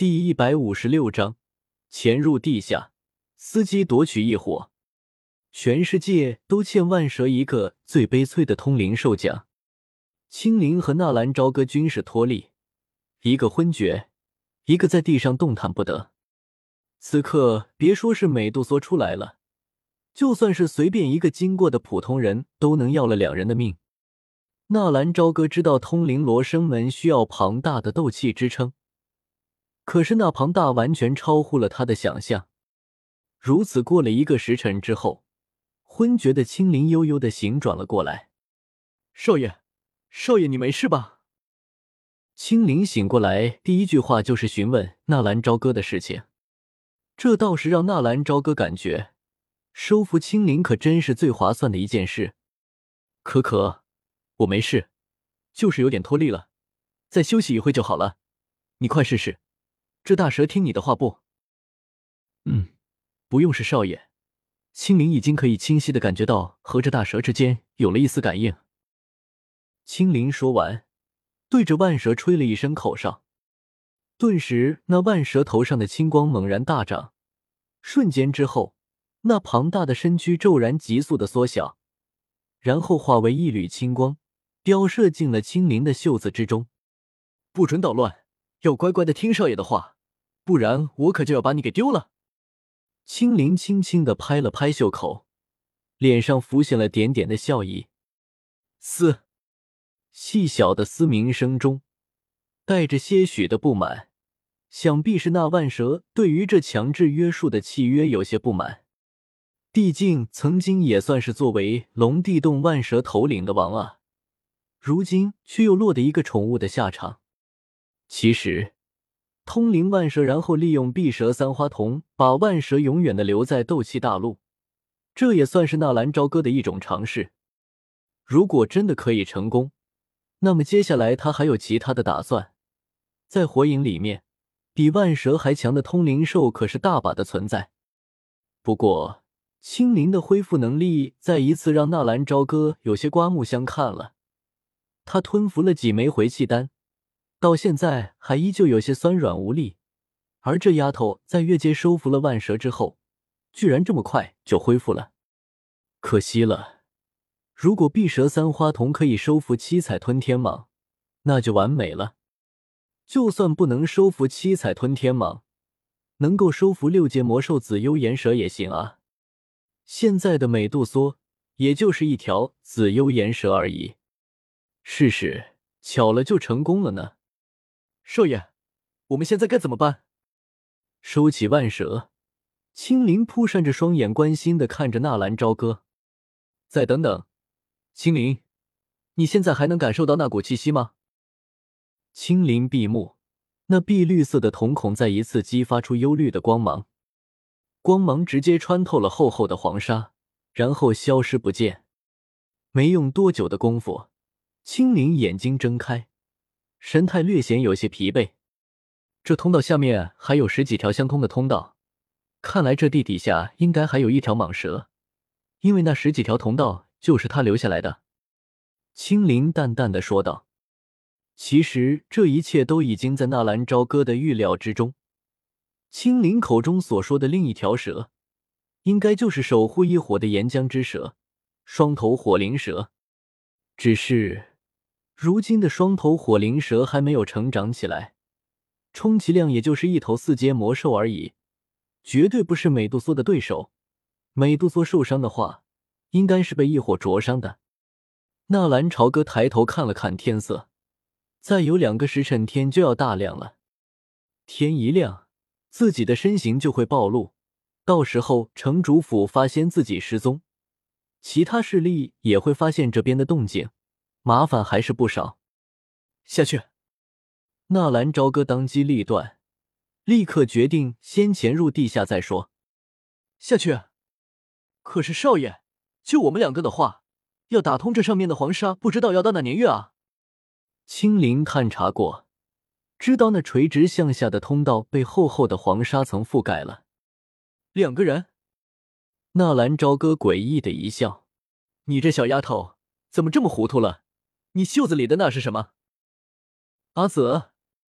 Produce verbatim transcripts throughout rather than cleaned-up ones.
第一百五十六章潜入地下，伺机夺取异火。全世界都欠万蛇一个最悲催的通灵兽奖。青灵和纳兰朝歌均是脱力，一个昏厥，一个在地上动弹不得。此刻别说是美杜莎出来了，就算是随便一个经过的普通人都能要了两人的命。纳兰朝歌知道通灵罗生门需要庞大的斗气支撑，可是那庞大完全超乎了他的想象。如此过了一个时辰之后，昏厥的青灵悠悠地醒转了过来。 少爷，少爷你没事吧？ 青灵醒过来第一句话就是询问纳兰朝歌的事情，这倒是让纳兰朝歌感觉收服青灵可真是最划算的一件事。可可，我没事，就是有点脱力了，再休息一会就好了，你快试试，这大蛇听你的话不？嗯，不用是少爷，青灵已经可以清晰地感觉到和这大蛇之间有了一丝感应。青灵说完，对着万蛇吹了一声口哨，顿时那万蛇头上的青光猛然大涨，瞬间之后，那庞大的身躯骤然急速的缩小，然后化为一缕青光，飙射进了青灵的袖子之中。不准捣乱，要乖乖的听少爷的话，不然我可就要把你给丢了。青灵轻轻地拍了拍袖口，脸上浮现了点点的笑意。嘶，细小的嘶鸣声中带着些许的不满，想必是那万蛇对于这强制约束的契约有些不满。毕竟曾经也算是作为龙地洞万蛇头领的王啊，如今却又落得一个宠物的下场。其实通灵万蛇，然后利用碧蛇三花瞳把万蛇永远的留在斗气大陆，这也算是纳兰朝歌的一种尝试。如果真的可以成功，那么接下来他还有其他的打算。在火影里面，比万蛇还强的通灵兽可是大把的存在。不过青灵的恢复能力再一次让纳兰朝歌有些刮目相看了。他吞服了几枚回气丹，到现在还依旧有些酸软无力，而这丫头在越界收服了万蛇之后，居然这么快就恢复了。可惜了，如果碧蛇三花瞳可以收服七彩吞天蟒，那就完美了。就算不能收服七彩吞天蟒，能够收服六阶魔兽紫幽岩蛇也行啊。现在的美杜莎也就是一条紫幽岩蛇而已，试试巧了就成功了呢。 少爷，我们现在该怎么办？ 收起万蛇，青灵扑扇着双眼关心地看着纳兰朝歌。再等等，青灵，你现在还能感受到那股气息吗？青灵闭目，那碧绿色的瞳孔再一次激发出幽绿的光芒，光芒直接穿透了厚厚的黄沙，然后消失不见。没用多久的功夫，青灵眼睛睁开，神态略显有些疲惫。这通道下面还有十几条相通的通道，看来这地底下应该还有一条蟒蛇，因为那十几条通道就是他留下来的。青灵淡淡的说道。其实这一切都已经在纳兰朝歌的预料之中。青灵口中所说的另一条蛇，应该就是守护异火的岩浆之蛇，双头火灵蛇。只是如今的双头火灵蛇还没有成长起来，充其量也就是一头四阶魔兽而已，绝对不是美杜莎的对手。美杜莎受伤的话，应该是被异火灼伤的。纳兰朝歌抬头看了看天色，再有两个时辰天就要大亮了。天一亮，自己的身形就会暴露，到时候城主府发现自己失踪，其他势力也会发现这边的动静，麻烦还是不少。 下去。 纳兰朝歌当机立断，立刻决定先潜入地下再说。 下去？可是少爷，就我们两个的话，要打通这上面的黄沙，不知道要到哪年月啊？ 青灵探查过，知道那垂直向下的通道被厚厚的黄沙层覆盖了。 两个人？ 纳兰朝歌诡异的一笑。 你这小丫头，怎么这么糊涂了？你袖子里的那是什么？ 阿泽。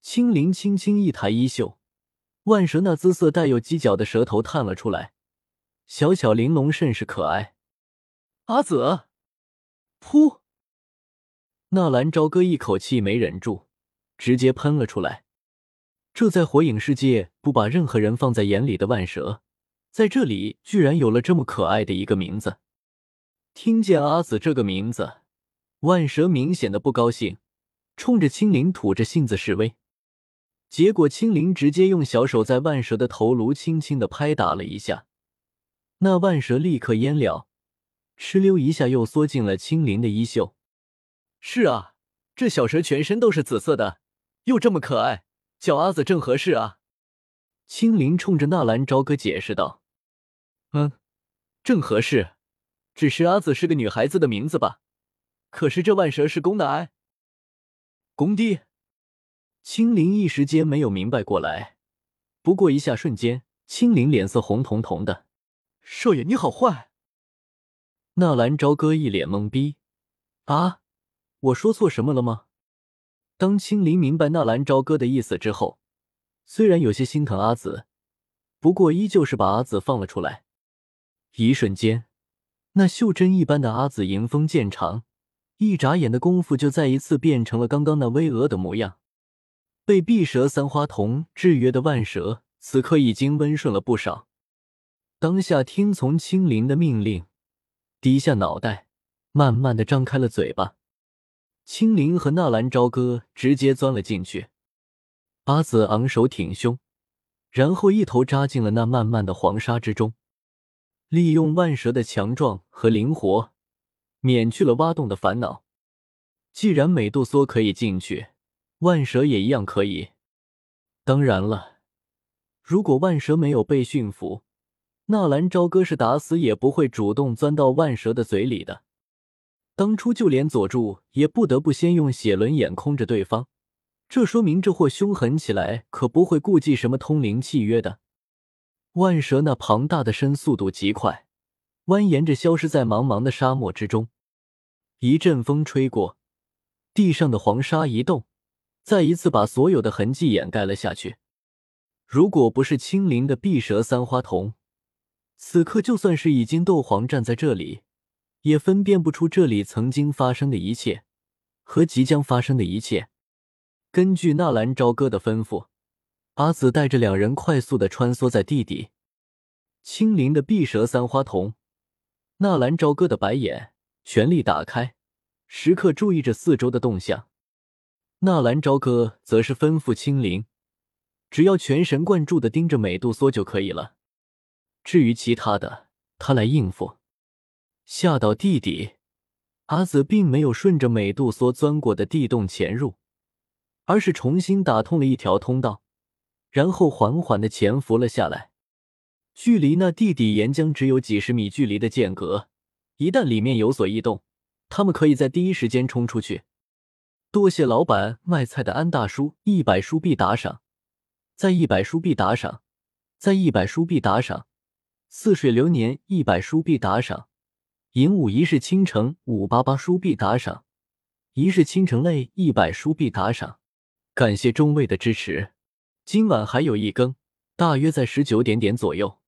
青灵轻轻一抬衣袖，万蛇那姿色带有犄角的舌头探了出来，小巧玲珑，甚是可爱。 阿紫，噗！ 纳兰朝歌一口气没忍住，直接喷了出来。这在火影世界不把任何人放在眼里的万蛇，在这里居然有了这么可爱的一个名字。听见阿紫这个名字，万蛇明显的不高兴，冲着青灵吐着信子示威。结果青灵直接用小手在万蛇的头颅轻轻的拍打了一下，那万蛇立刻蔫了，哧溜一下又缩进了青灵的衣袖。 是啊，这小蛇全身都是紫色的，又这么可爱，叫阿紫正合适啊。 青灵冲着纳兰朝歌解释道。 嗯，正合适，只是阿紫是个女孩子的名字吧？可是这万蛇是公的哎。公的。 青灵一时间没有明白过来，不过一下瞬间，青灵脸色红彤彤的。 少爷你好坏！ 纳兰朝歌一脸懵逼。啊，我说错什么了吗？当青灵明白纳兰朝歌的意思之后，虽然有些心疼阿紫，不过依旧是把阿紫放了出来。一瞬间，那袖珍一般的阿紫迎风渐长，一眨眼的功夫就再一次变成了刚刚那巍峨的模样。被碧蛇三花瞳制约的万蛇此刻已经温顺了不少，当下听从青灵的命令，低下脑袋，慢慢的张开了嘴巴。青灵和纳兰朝歌直接钻了进去，阿紫昂首挺胸，然后一头扎进了那漫漫的黄沙之中，利用万蛇的强壮和灵活，免去了挖洞的烦恼。既然美杜莎可以进去，万蛇也一样可以。当然了，如果万蛇没有被驯服，纳兰朝歌是打死也不会主动钻到万蛇的嘴里的。当初就连佐助也不得不先用血轮眼空着对方，这说明这货凶狠起来可不会顾忌什么通灵契约的。万蛇那庞大的身速度极快，蜿蜒着消失在茫茫的沙漠之中。一阵风吹过，地上的黄沙一动，再一次把所有的痕迹掩盖了下去。如果不是青灵的碧蛇三花瞳，此刻就算是已经斗皇站在这里，也分辨不出这里曾经发生的一切和即将发生的一切。根据纳兰朝歌的吩咐，阿紫带着两人快速地穿梭在地底。青灵的碧蛇三花瞳，纳兰朝歌的白眼全力打开，时刻注意着四周的动向。纳兰朝歌则是吩咐青灵，只要全神贯注地盯着美杜莎就可以了，至于其他的，他来应付。下到地底，阿紫并没有顺着美杜莎钻过的地洞潜入，而是重新打通了一条通道，然后缓缓地潜伏了下来。距离那地底岩浆只有几十米距离的间隔，一旦里面有所异动，他们可以在第一时间冲出去。多谢老板卖菜的安大叔一百书币打赏，在一百书币打赏，在一百书币打赏，似水流年一百书币打赏，银武一世倾城五百八十八书币打赏，一世倾城泪一百书币打赏，感谢中尉的支持。今晚还有一更，大约在十九点点左右。